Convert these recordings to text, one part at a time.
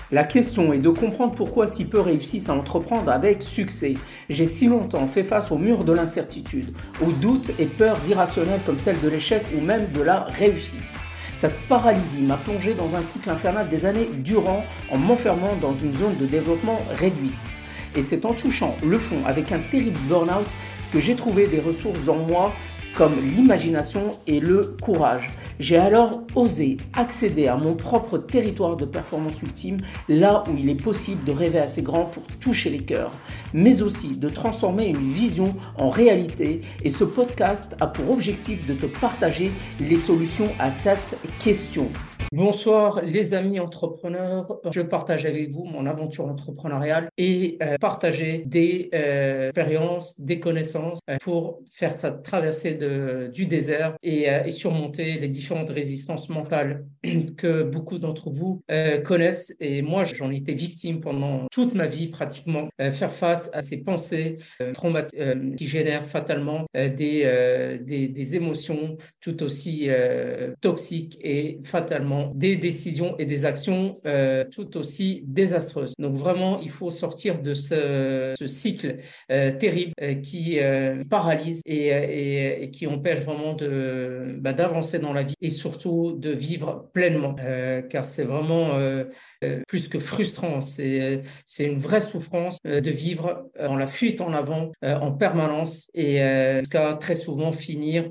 La question est de comprendre pourquoi si peu réussissent à entreprendre avec succès. J'ai si longtemps fait face au mur de l'incertitude, aux doutes et peurs irrationnelles comme celle de l'échec ou même de la réussite. Cette paralysie m'a plongé dans un cycle infernal des années durant en m'enfermant dans une zone de développement réduite. Et c'est en touchant le fond avec un terrible burn-out que j'ai trouvé des ressources en moi comme l'imagination et le courage. J'ai alors osé accéder à mon propre territoire de performance ultime, là où il est possible de rêver assez grand pour toucher les cœurs, mais aussi de transformer une vision en réalité. Et ce podcast a pour objectif de te partager les solutions à cette question. Bonsoir les amis entrepreneurs, je partage avec vous mon aventure entrepreneuriale et partager des expériences, des connaissances pour faire cette traversée du désert et surmonter les différentes résistances mentales que beaucoup d'entre vous connaissent. Et moi, j'en étais victime pendant toute ma vie pratiquement, faire face à ces pensées traumatiques qui génèrent fatalement des émotions tout aussi toxiques et fatalement des décisions et des actions tout aussi désastreuses. Donc vraiment, il faut sortir de ce cycle terrible qui paralyse et qui empêche vraiment d'avancer dans la vie et surtout de vivre pleinement, car c'est vraiment plus que frustrant. C'est une vraie souffrance de vivre dans la fuite en avant en permanence et jusqu'à très souvent finir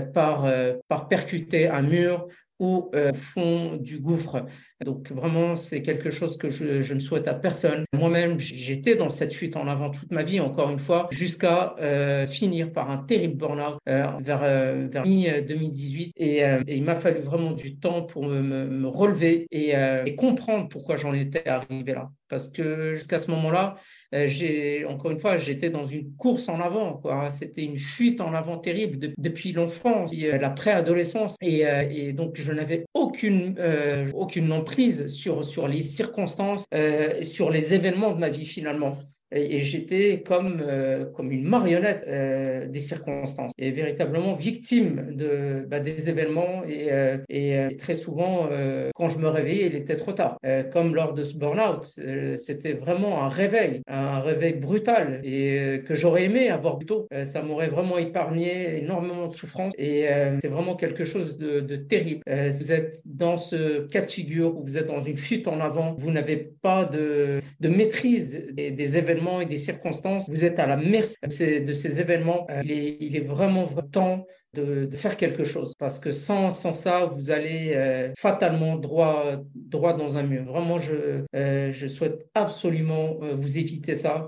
par percuter un mur ou au fond du gouffre. Donc vraiment, c'est quelque chose que je ne souhaite à personne. Moi-même, j'étais dans cette fuite en avant toute ma vie, encore une fois, jusqu'à finir par un terrible burn-out vers mi-2018. Et il m'a fallu vraiment du temps pour me relever et comprendre pourquoi j'en étais arrivé là. Parce que jusqu'à ce moment-là, encore une fois, j'étais dans une course en avant, quoi. C'était une fuite en avant terrible depuis l'enfance, la préadolescence. Et donc, je n'avais aucune emprise sur les circonstances, sur les événements de ma vie finalement. Et j'étais comme une marionnette des circonstances et véritablement victime des événements et très souvent quand je me réveillais il était trop tard, comme lors de ce burn-out. C'était vraiment un réveil brutal et que j'aurais aimé avoir plus tôt. Ça m'aurait vraiment épargné énormément de souffrance et c'est vraiment quelque chose de terrible. Si vous êtes dans ce cas de figure où vous êtes dans une fuite en avant, vous n'avez pas de maîtrise des événements et des circonstances, vous êtes à la merci de ces événements. Il est vraiment temps de faire quelque chose parce que sans ça, vous allez fatalement droit dans un mur. Vraiment, je souhaite absolument vous éviter ça.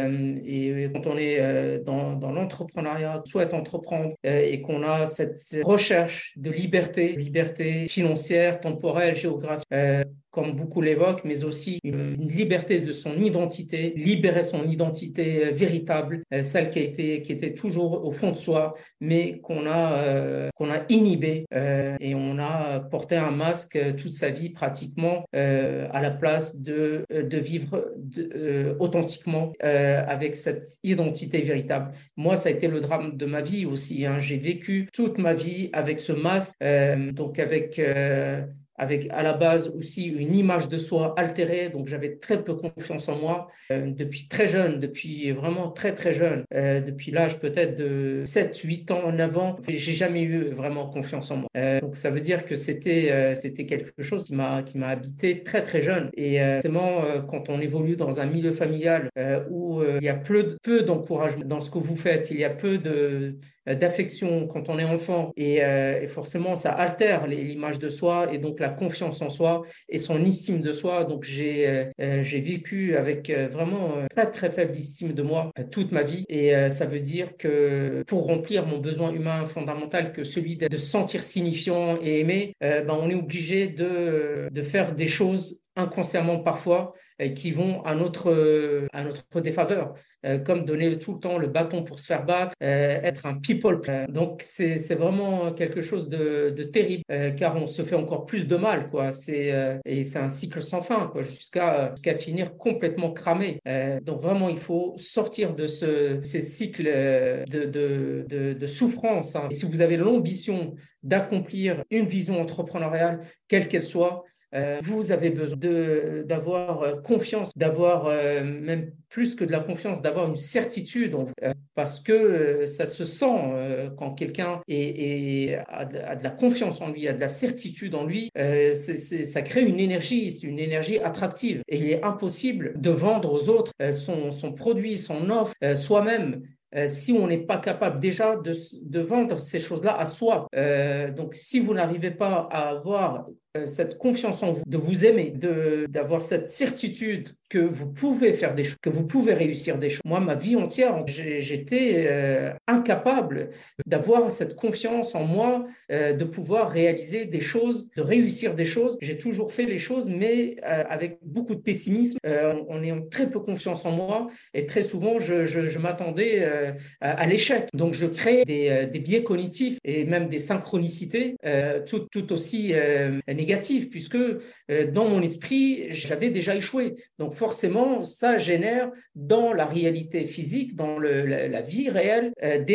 Et quand on est dans l'entrepreneuriat, souhaite entreprendre et qu'on a cette recherche de liberté financière, temporelle, géographique, comme beaucoup l'évoquent, mais aussi une liberté de son identité, libérer son identité véritable, celle qui était toujours au fond de soi, mais qu'on a inhibée et on a porté un masque toute sa vie pratiquement à la place de vivre authentiquement avec cette identité véritable. Moi, ça a été le drame de ma vie aussi, hein. J'ai vécu toute ma vie avec ce masque, donc avec à la base aussi une image de soi altérée, donc j'avais très peu confiance en moi depuis très jeune, depuis vraiment très très jeune, depuis l'âge peut-être de 7-8 ans en avant, j'ai jamais eu vraiment confiance en moi. Donc ça veut dire que c'était quelque chose qui m'a habité très très jeune et forcément quand on évolue dans un milieu familial où il y a peu d'encouragement dans ce que vous faites, il y a peu d'affection quand on est enfant et forcément ça altère l'image de soi et donc la confiance en soi et son estime de soi. Donc j'ai vécu avec vraiment très très faible estime de moi toute ma vie et ça veut dire que pour remplir mon besoin humain fondamental que celui de se sentir signifiant et aimé, on est obligé de faire des choses inconsciemment parfois qui vont à notre défaveur, comme donner tout le temps le bâton pour se faire battre, être un people. Donc c'est vraiment quelque chose de terrible, car on se fait encore plus de mal, quoi. Et c'est un cycle sans fin, quoi, jusqu'à finir complètement cramé. Donc vraiment, il faut sortir de ces cycles de souffrance, hein. Et si vous avez l'ambition d'accomplir une vision entrepreneuriale, quelle qu'elle soit, Vous avez besoin d'avoir confiance, d'avoir même plus que de la confiance, d'avoir une certitude en vous, parce que ça se sent quand quelqu'un a de la confiance en lui, a de la certitude en lui, ça crée une énergie, c'est une énergie attractive. Et il est impossible de vendre aux autres son produit, son offre, soi-même. Si on n'est pas capable déjà de vendre ces choses-là à soi. Donc, si vous n'arrivez pas à avoir cette confiance en vous, de vous aimer, d'avoir cette certitude que vous pouvez faire des choses, que vous pouvez réussir des choses. Moi, ma vie entière, j'étais incapable d'avoir cette confiance en moi, de pouvoir réaliser des choses, de réussir des choses. J'ai toujours fait les choses, mais avec beaucoup de pessimisme, en ayant très peu confiance en moi, et très souvent, je m'attendais à l'échec. Donc, je crée des biais cognitifs et même des synchronicités tout aussi négatives, puisque dans mon esprit, j'avais déjà échoué. Donc, forcément, ça génère dans la réalité physique, dans la vie réelle,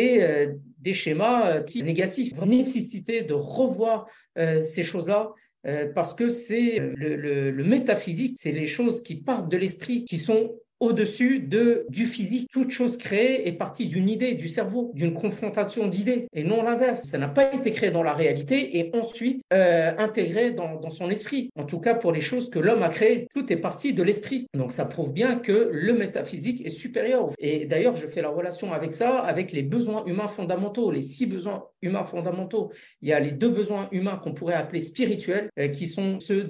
des schémas négatifs. La nécessité de revoir ces choses-là, parce que c'est le métaphysique, c'est les choses qui partent de l'esprit, qui sont au-dessus du physique. Toute chose créée est partie d'une idée, du cerveau, d'une confrontation d'idées, et non l'inverse. Ça n'a pas été créé dans la réalité et ensuite intégré dans son esprit. En tout cas, pour les choses que l'homme a créées, tout est parti de l'esprit. Donc, ça prouve bien que le métaphysique est supérieur. Et d'ailleurs, je fais la relation avec ça, avec les besoins humains fondamentaux, les 6 besoins humains fondamentaux. Il y a les 2 besoins humains qu'on pourrait appeler spirituels, qui sont ceux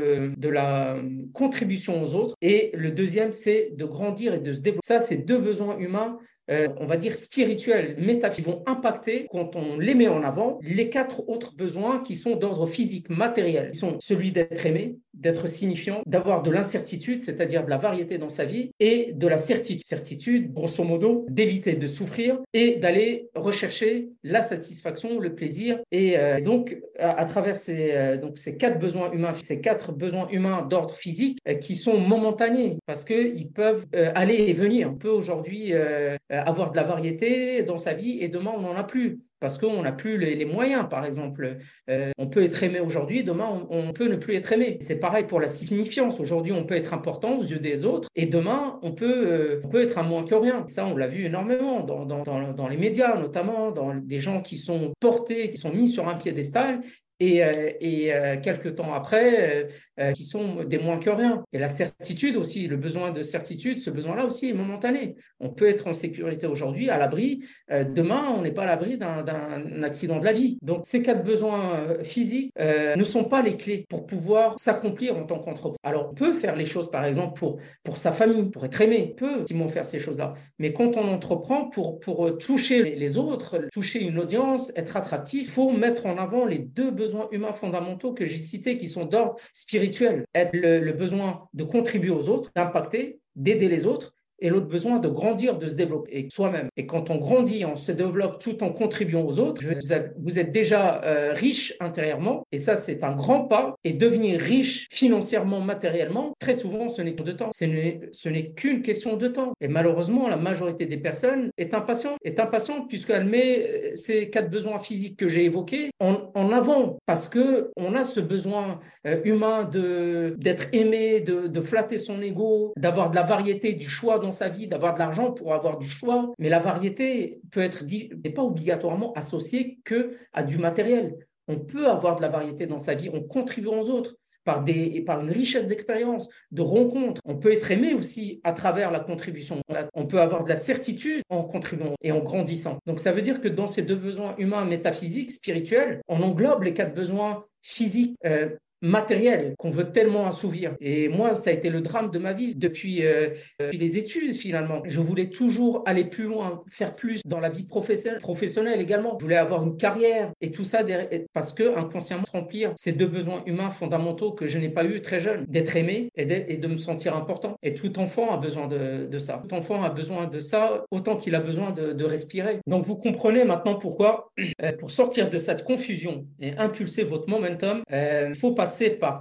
de la contribution aux autres. Et le deuxième, c'est de grandir et de se développer. Ça, c'est 2 besoins humains, on va dire spirituels, métaphysiques, qui vont impacter, quand on les met en avant, les 4 autres besoins qui sont d'ordre physique, matériel, qui sont celui d'être aimé, d'être signifiant, d'avoir de l'incertitude, c'est-à-dire de la variété dans sa vie, et de la certitude. Certitude, grosso modo, d'éviter de souffrir et d'aller rechercher la satisfaction, le plaisir. Et donc, à travers ces 4 besoins humains, ces 4 besoins humains d'ordre physique qui sont momentanés, parce qu'ils peuvent aller et venir. On peut aujourd'hui avoir de la variété dans sa vie et demain, on n'en a plus. Parce qu'on n'a plus les moyens, par exemple. On peut être aimé aujourd'hui, demain, on peut ne plus être aimé. C'est pareil pour la signifiance. Aujourd'hui, on peut être important aux yeux des autres et demain, on peut être un moins que rien. Ça, on l'a vu énormément dans les médias, notamment dans des gens qui sont portés, qui sont mis sur un piédestal et quelques temps après, qui sont des moins que rien. Et la certitude aussi, le besoin de certitude, ce besoin-là aussi est momentané. On peut être en sécurité aujourd'hui, à l'abri. Demain, on n'est pas à l'abri d'un accident de la vie. Donc, ces 4 besoins physiques ne sont pas les clés pour pouvoir s'accomplir en tant qu'entrepreneur. Alors, on peut faire les choses, par exemple, pour sa famille, pour être aimé, on peut effectivement faire ces choses-là. Mais quand on entreprend pour toucher les autres, toucher une audience, être attractif, il faut mettre en avant les 2 besoins humains fondamentaux que j'ai cités, qui sont d'ordre spirituel. Être le besoin de contribuer aux autres, d'impacter, d'aider les autres, et l'autre besoin de grandir, de se développer et soi-même. Et quand on grandit, on se développe tout en contribuant aux autres, vous êtes déjà riche intérieurement, et ça, c'est un grand pas. Et devenir riche financièrement, matériellement, très souvent, ce n'est que de temps. Ce n'est qu'une question de temps. Et malheureusement, la majorité des personnes est impatiente puisqu'elle met ces 4 besoins physiques que j'ai évoqués en avant, parce qu'on a ce besoin humain d'être aimé, de flatter son ego, d'avoir de la variété, du choix dans sa vie, d'avoir de l'argent pour avoir du choix. Mais la variété n'est pas obligatoirement associée qu'à du matériel. On peut avoir de la variété dans sa vie en contribuant aux autres par une richesse d'expérience, de rencontres. On peut être aimé aussi à travers la contribution. On peut avoir de la certitude en contribuant et en grandissant. Donc, ça veut dire que dans ces 2 besoins humains, métaphysiques, spirituels, on englobe les 4 besoins physiques, matériel qu'on veut tellement assouvir. Et moi, ça a été le drame de ma vie depuis les études, finalement. Je voulais toujours aller plus loin, faire plus dans la vie professionnelle également. Je voulais avoir une carrière et tout ça parce que inconsciemment remplir ces 2 besoins humains fondamentaux que je n'ai pas eu très jeune, d'être aimé et de me sentir important. Et tout enfant a besoin de ça. Tout enfant a besoin de ça autant qu'il a besoin de respirer. Donc, vous comprenez maintenant pourquoi, pour sortir de cette confusion et impulser votre momentum, il faut passer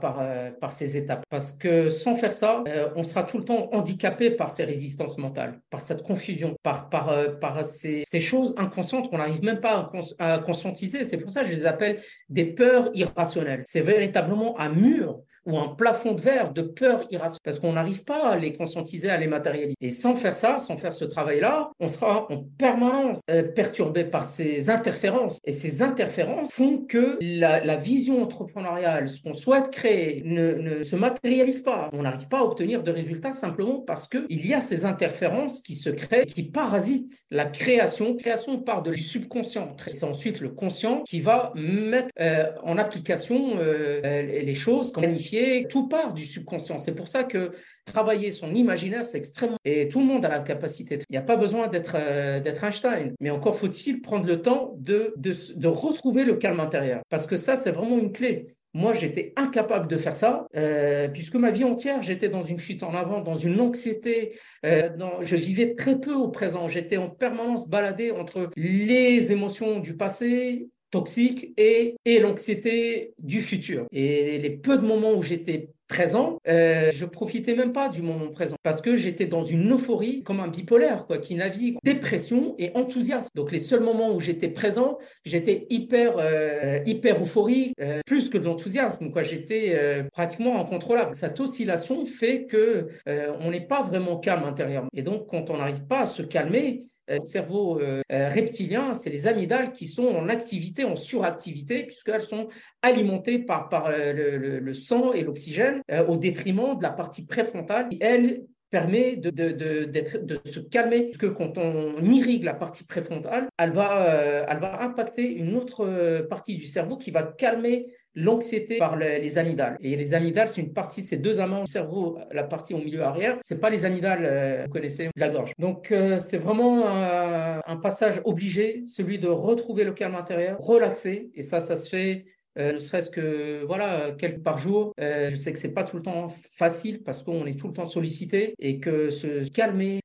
par ces étapes. Parce que sans faire ça, on sera tout le temps handicapé par ces résistances mentales, par cette confusion, par ces choses inconscientes qu'on n'arrive même pas à conscientiser. C'est pour ça que je les appelle des peurs irrationnelles. C'est véritablement un mur ou un plafond de verre de peur irrationnelle, parce qu'on n'arrive pas à les conscientiser, à les matérialiser. Et sans faire ça, sans faire ce travail-là, on sera en permanence perturbé par ces interférences. Et ces interférences font que la vision entrepreneuriale, ce qu'on souhaite créer, ne se matérialise pas. On n'arrive pas à obtenir de résultats simplement parce qu'il y a ces interférences qui se créent, qui parasitent la création. La création part du subconscient. Et c'est ensuite le conscient qui va mettre en application les choses, planifier. Tout part du subconscient. C'est pour ça que travailler son imaginaire, c'est extrêmement... Et tout le monde a la capacité. Il n'y a pas besoin d'être Einstein. Mais encore faut-il prendre le temps de retrouver le calme intérieur. Parce que ça, c'est vraiment une clé. Moi, j'étais incapable de faire ça, puisque ma vie entière, j'étais dans une fuite en avant, dans une anxiété. Je vivais très peu au présent. J'étais en permanence baladé entre les émotions du passé toxiques et l'anxiété du futur. Et les peu de moments où j'étais présent, je profitais même pas du moment présent parce que j'étais dans une euphorie comme un bipolaire qui navigue dépression et enthousiasme. Donc les seuls moments où j'étais présent, j'étais hyper euphorique, plus que de l'enthousiasme. J'étais pratiquement incontrôlable. Cette oscillation fait que on n'est pas vraiment calme intérieurement. Et donc quand on n'arrive pas à se calmer, le cerveau reptilien, c'est les amygdales qui sont en activité, en suractivité, puisqu'elles sont alimentées par le sang et l'oxygène au détriment de la partie préfrontale qui, elle, permet de se calmer, puisque quand on irrigue la partie préfrontale, elle va impacter une autre partie du cerveau qui va calmer l'anxiété par les amygdales. Et les amygdales, c'est une partie, c'est deux amants du cerveau, la partie au milieu arrière. C'est pas les amygdales, vous connaissez, de la gorge. Donc, c'est vraiment un passage obligé, celui de retrouver le calme intérieur, relaxer. Et ça se fait ne serait-ce que quelques par jour. Je sais que c'est pas tout le temps facile parce qu'on est tout le temps sollicité et que se calmer,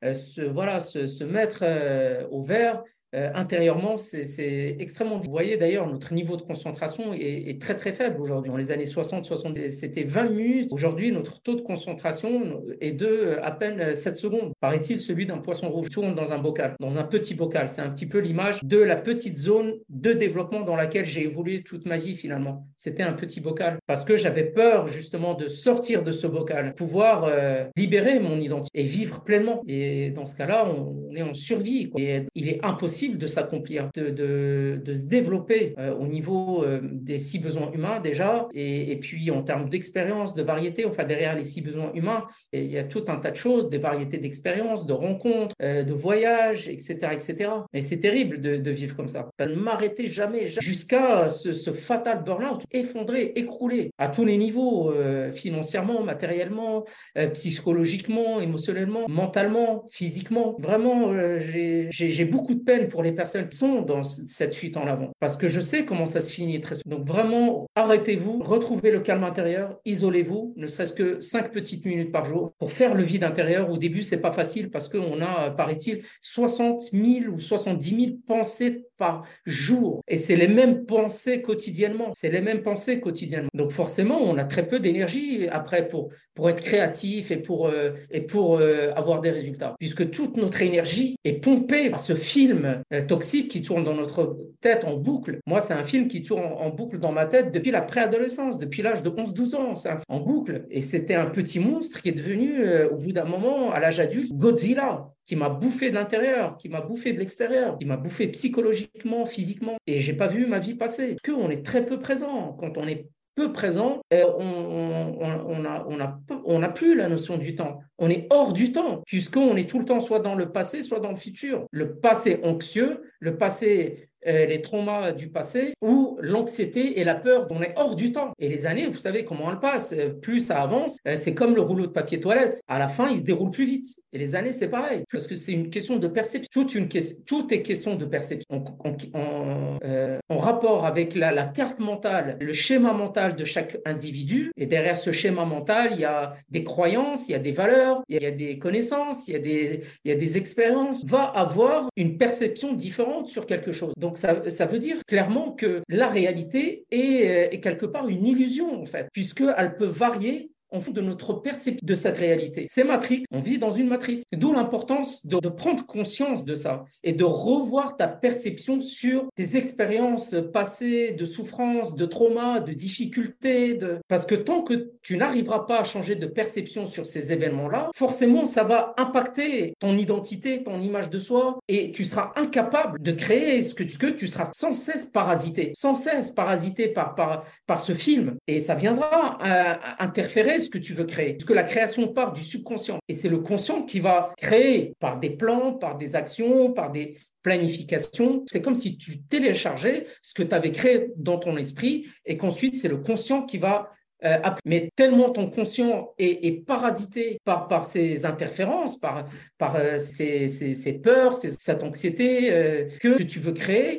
se mettre au vert. Intérieurement, c'est extrêmement... Vous voyez d'ailleurs, notre niveau de concentration est très très faible aujourd'hui. Dans les années 60, 70, c'était 20 minutes. Aujourd'hui, notre taux de concentration est de à peine 7 secondes. Paraît-il, celui d'un poisson rouge tourne dans un bocal, dans un petit bocal. C'est un petit peu l'image de la petite zone de développement dans laquelle j'ai évolué toute ma vie finalement. C'était un petit bocal parce que j'avais peur justement de sortir de ce bocal, pouvoir libérer mon identité et vivre pleinement. Et dans ce cas-là, on est en survie. Et il est impossible de s'accomplir, de se développer au niveau des 6 besoins humains déjà, et puis en termes d'expérience, de variété, derrière les 6 besoins humains, il y a tout un tas de choses, des variétés d'expériences, de rencontres, de voyages, etc., etc. Mais c'est terrible de vivre comme ça. Ne m'arrêter jamais jusqu'à ce fatal burn-out, effondré, écroulé, à tous les niveaux, financièrement, matériellement, psychologiquement, émotionnellement, mentalement, physiquement. Vraiment, j'ai beaucoup de peine pour les personnes qui sont dans cette fuite en avant, parce que je sais comment ça se finit très souvent. Donc vraiment, arrêtez-vous, retrouvez le calme intérieur, isolez-vous, ne serait-ce que 5 petites minutes par jour pour faire le vide intérieur. Au début, c'est pas facile parce qu'on a, paraît-il, 60 000 ou 70 000 pensées par jour. Et c'est les mêmes pensées quotidiennement. C'est les mêmes pensées quotidiennement. Donc forcément, on a très peu d'énergie après pour être créatif et pour avoir des résultats, puisque toute notre énergie est pompée par ce film toxique qui tourne dans notre tête en boucle. Moi, c'est un film qui tourne en boucle dans ma tête depuis la préadolescence, depuis l'âge de 11-12 ans. C'est en boucle. Et c'était un petit monstre qui est devenu, au bout d'un moment, à l'âge adulte, Godzilla, qui m'a bouffé de l'intérieur, qui m'a bouffé de l'extérieur, qui m'a bouffé psychologiquement, physiquement. Et j'ai pas vu ma vie passer. Parce qu'on est très peu présent. Quand on est peu présent, on n'a plus la notion du temps. On est hors du temps, puisqu'on est tout le temps soit dans le passé, soit dans le futur. Le passé anxieux, le passé... les traumas du passé ou l'anxiété et la peur, on est hors du temps. Et les années, vous savez comment elles passent, plus ça avance, c'est comme le rouleau de papier toilette. À la fin, il se déroule plus vite. Et les années, c'est pareil, parce que c'est une question de perception. Tout est question de perception. En rapport avec la carte mentale, le schéma mental de chaque individu, et derrière ce schéma mental, il y a des croyances, il y a des valeurs, il y a des connaissances, il y a des expériences, va avoir une perception différente sur quelque chose. Donc, ça veut dire clairement que la réalité est quelque part une illusion, en fait, puisqu'elle peut varier en fonction de notre perception de cette réalité. C'est Matrix, on vit dans une matrice. D'où l'importance de prendre conscience de ça et de revoir ta perception sur tes expériences passées de souffrance, de trauma, de difficultés. Parce que tant que tu n'arriveras pas à changer de perception sur ces événements-là, forcément, ça va impacter ton identité, ton image de soi, et tu seras incapable de créer ce que tu seras sans cesse parasité par ce film. Et ça viendra interférer ce que tu veux créer. Parce que la création part du subconscient. Et c'est le conscient qui va créer par des plans, par des actions, par des planifications. C'est comme si tu téléchargeais ce que tu avais créé dans ton esprit et qu'ensuite, c'est le conscient qui va mais tellement ton conscient est parasité par ces interférences, par ces peurs, cette anxiété que tu veux créer,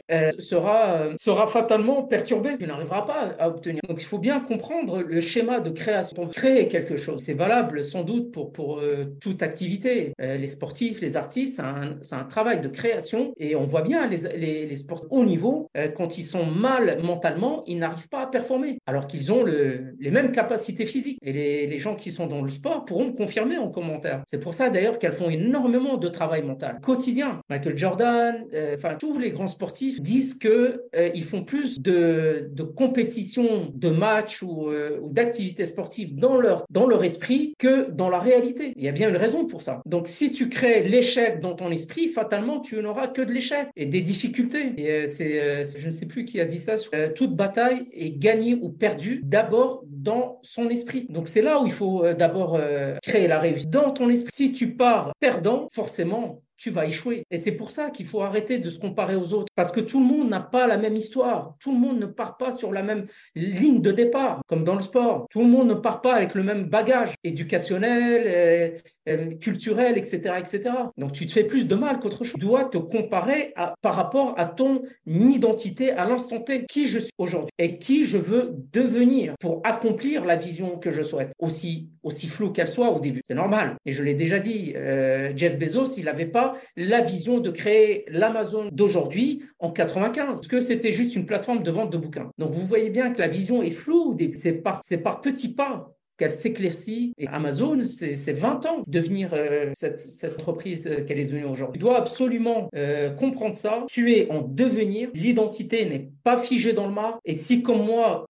sera fatalement perturbé. Tu n'arriveras pas à obtenir. Donc, il faut bien comprendre le schéma de création. Créer quelque chose, c'est valable sans doute pour toute activité. Les sportifs, les artistes, c'est un travail de création et on voit bien les sportifs haut niveau, quand ils sont mal mentalement, ils n'arrivent pas à performer alors qu'ils ont les mêmes capacités physiques. Et les gens qui sont dans le sport pourront me confirmer en commentaire. C'est pour ça d'ailleurs qu'elles font énormément de travail mental quotidien. Michael Jordan, tous les grands sportifs disent qu'ils font plus de compétitions, de matchs ou d'activités sportives dans leur esprit que dans la réalité. Il y a bien une raison pour ça. Donc si tu crées l'échec dans ton esprit, fatalement tu n'auras que de l'échec et des difficultés. Et je ne sais plus qui a dit ça, toute bataille est gagnée ou perdue d'abord dans son esprit. Donc c'est là où il faut d'abord créer la réussite dans ton esprit. Si tu pars perdant, forcément tu vas échouer. Et c'est pour ça qu'il faut arrêter de se comparer aux autres. Parce que tout le monde n'a pas la même histoire. Tout le monde ne part pas sur la même ligne de départ, comme dans le sport. Tout le monde ne part pas avec le même bagage éducationnel, culturel, etc., etc. Donc, tu te fais plus de mal qu'autre chose. Tu dois te comparer par rapport à ton identité à l'instant T. Qui je suis aujourd'hui et qui je veux devenir pour accomplir la vision que je souhaite. Aussi floue qu'elle soit au début. C'est normal. Et je l'ai déjà dit, Jeff Bezos, il n'avait pas la vision de créer l'Amazon d'aujourd'hui en 95, parce que c'était juste une plateforme de vente de bouquins. Donc, vous voyez bien que la vision est floue au début. C'est par petits pas qu'elle s'éclaircit. Et Amazon, c'est 20 ans de devenir cette entreprise qu'elle est devenue aujourd'hui. Tu dois absolument comprendre ça. Tu es en devenir. L'identité n'est pas figée dans le marbre. Et si, comme moi,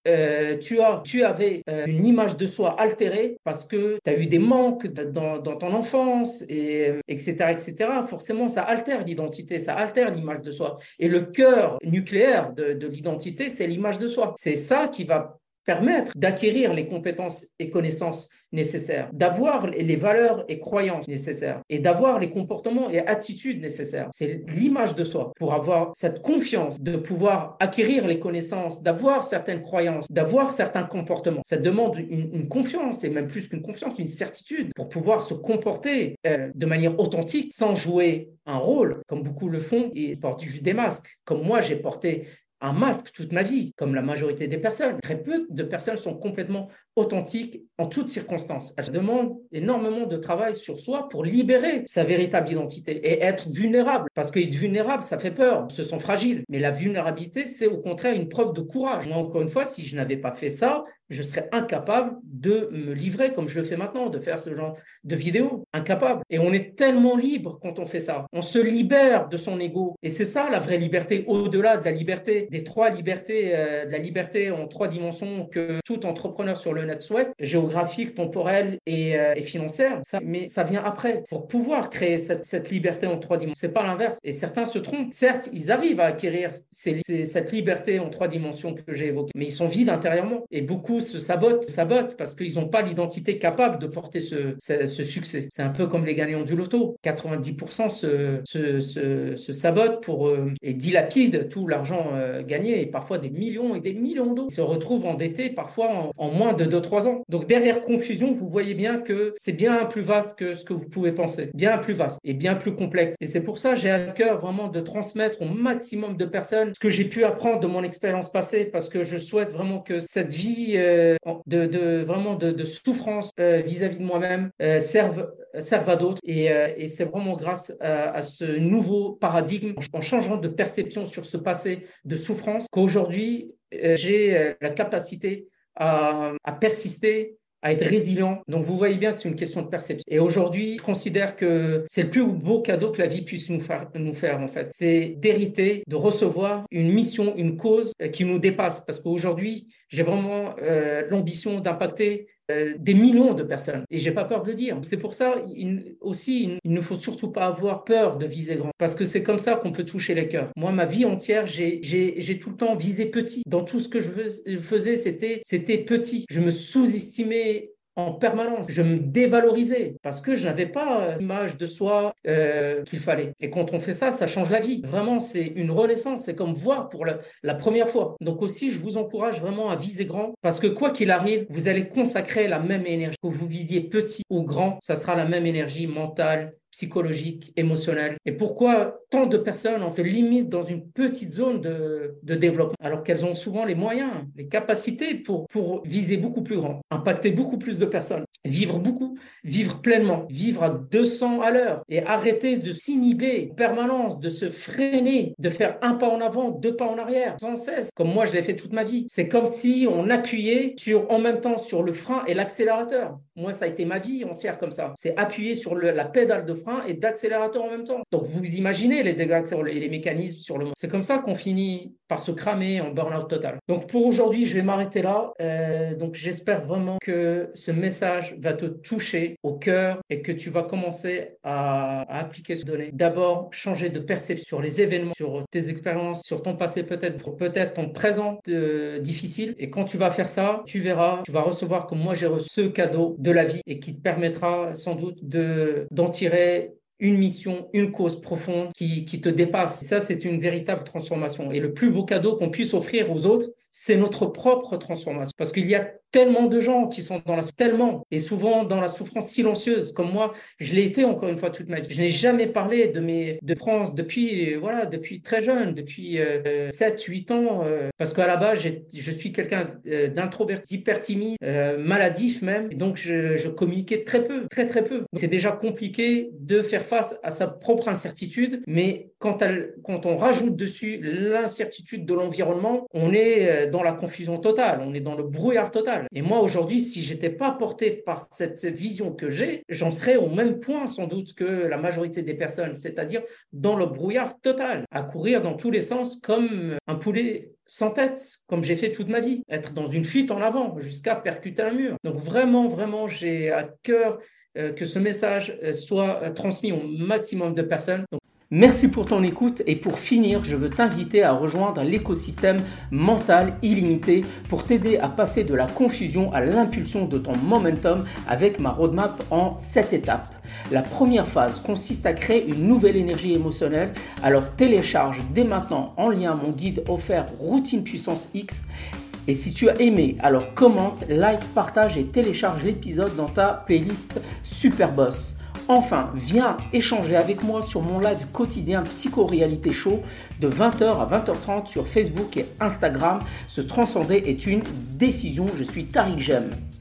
tu avais une image de soi altérée parce que tu as eu des manques dans ton enfance, etc., etc., forcément, ça altère l'identité, ça altère l'image de soi. Et le cœur nucléaire de l'identité, c'est l'image de soi. C'est ça qui va permettre d'acquérir les compétences et connaissances nécessaires, d'avoir les valeurs et croyances nécessaires et d'avoir les comportements et attitudes nécessaires. C'est l'image de soi pour avoir cette confiance de pouvoir acquérir les connaissances, d'avoir certaines croyances, d'avoir certains comportements. Ça demande une confiance et même plus qu'une confiance, une certitude pour pouvoir se comporter de manière authentique sans jouer un rôle comme beaucoup le font et portent juste des masques. Comme moi, j'ai porté un masque toute ma vie, comme la majorité des personnes. Très peu de personnes sont complètement authentiques en toutes circonstances. Ça demande énormément de travail sur soi pour libérer sa véritable identité et être vulnérable. Parce qu'être vulnérable, ça fait peur, on se sent fragile. Mais la vulnérabilité, c'est au contraire une preuve de courage. Moi, encore une fois, si je n'avais pas fait ça, je serais incapable de me livrer comme je le fais maintenant, de faire ce genre de vidéos. Incapable. Et on est tellement libre quand on fait ça. On se libère de son ego. Et c'est ça la vraie liberté, au-delà de la liberté, des trois libertés, de la liberté en trois dimensions que tout entrepreneur sur le net souhaite, géographique, temporelle et financière. Mais ça vient après. Pour pouvoir créer cette liberté en trois dimensions, c'est pas l'inverse. Et certains se trompent. Certes, ils arrivent à acquérir cette liberté en trois dimensions que j'ai évoquée, mais ils sont vides intérieurement. Et beaucoup se sabotent parce qu'ils n'ont pas l'identité capable de porter ce succès. C'est un peu comme les gagnants du loto. 90% se sabotent et dilapident tout l'argent gagné et parfois des millions et des millions d'euros. Ils se retrouvent endettés parfois en moins de 2-3 ans. Donc derrière confusion, vous voyez bien que c'est bien plus vaste que ce que vous pouvez penser. Bien plus vaste et bien plus complexe. Et c'est pour ça que j'ai à cœur vraiment de transmettre au maximum de personnes ce que j'ai pu apprendre de mon expérience passée parce que je souhaite vraiment que cette vie de souffrance vis-à-vis de moi-même serve à d'autres et c'est vraiment grâce à ce nouveau paradigme en changeant de perception sur ce passé de souffrance qu'aujourd'hui j'ai la capacité à persister, à être résilient. Donc, vous voyez bien que c'est une question de perception. Et aujourd'hui, je considère que c'est le plus beau cadeau que la vie puisse nous faire en fait. C'est d'hériter, de recevoir une mission, une cause qui nous dépasse. Parce qu'aujourd'hui, j'ai vraiment l'ambition d'impacter des millions de personnes. Et j'ai pas peur de le dire. C'est pour ça, il ne faut surtout pas avoir peur de viser grand. Parce que c'est comme ça qu'on peut toucher les cœurs. Moi, ma vie entière, j'ai tout le temps visé petit. Dans tout ce que je faisais, c'était petit. Je me sous-estimais en permanence. Je me dévalorisais parce que je n'avais pas l'image de soi qu'il fallait. Et quand on fait ça, ça change la vie. Vraiment, c'est une renaissance. C'est comme voir pour la première fois. Donc aussi, je vous encourage vraiment à viser grand parce que quoi qu'il arrive, vous allez consacrer la même énergie. Que vous visiez petit ou grand, ça sera la même énergie mentale, psychologique, émotionnelle. Et pourquoi tant de personnes ont fait limite dans une petite zone de développement, alors qu'elles ont souvent les moyens, les capacités pour viser beaucoup plus grand, impacter beaucoup plus de personnes, vivre beaucoup, vivre pleinement, vivre à 200 à l'heure et arrêter de s'inhiber en permanence, de se freiner, de faire un pas en avant, deux pas en arrière, sans cesse, comme moi je l'ai fait toute ma vie. C'est comme si on appuyait en même temps sur le frein et l'accélérateur. Moi, ça a été ma vie entière comme ça. C'est appuyer sur la pédale de frein et d'accélérateur en même temps. Donc, vous imaginez les dégâts et les mécanismes sur le monde. C'est comme ça qu'on finit par se cramer en burn-out total. Donc, pour aujourd'hui, je vais m'arrêter là. Donc, j'espère vraiment que ce message va te toucher au cœur et que tu vas commencer à appliquer ce données. D'abord, changer de perception sur les événements, sur tes expériences, sur ton passé peut-être ton présent difficile. Et quand tu vas faire ça, tu verras, tu vas recevoir comme moi j'ai reçu ce cadeau de la vie et qui te permettra sans doute d'en tirer une mission, une cause profonde qui te dépasse. Et ça, c'est une véritable transformation. Et le plus beau cadeau qu'on puisse offrir aux autres, c'est notre propre transformation. Parce qu'il y a tellement de gens qui sont et souvent dans la souffrance silencieuse, comme moi, je l'ai été encore une fois toute ma vie. Je n'ai jamais parlé de France depuis très jeune, depuis 7, 8 ans, parce qu'à la base, je suis quelqu'un d'introverti, hyper timide, maladif même, et donc je communiquais très peu, très très peu. C'est déjà compliqué de faire face à sa propre incertitude, mais quand on rajoute dessus l'incertitude de l'environnement, on est dans la confusion totale, on est dans le brouillard total. Et moi, aujourd'hui, si je n'étais pas porté par cette vision que j'ai, j'en serais au même point sans doute que la majorité des personnes, c'est-à-dire dans le brouillard total, à courir dans tous les sens comme un poulet sans tête, comme j'ai fait toute ma vie, être dans une fuite en avant jusqu'à percuter un mur. Donc vraiment, vraiment, j'ai à cœur que ce message soit transmis au maximum de personnes. Donc, merci pour ton écoute et pour finir, je veux t'inviter à rejoindre l'écosystème mental illimité pour t'aider à passer de la confusion à l'impulsion de ton momentum avec ma roadmap en 7 étapes. La première phase consiste à créer une nouvelle énergie émotionnelle, alors télécharge dès maintenant en lien mon guide offert Routine Puissance X. Et si tu as aimé, alors commente, like, partage et télécharge l'épisode dans ta playlist Superboss. Enfin, viens échanger avec moi sur mon live quotidien Psycho-Réalité Show de 20h à 20h30 sur Facebook et Instagram. Se transcender est une décision. Je suis Tariq Jem.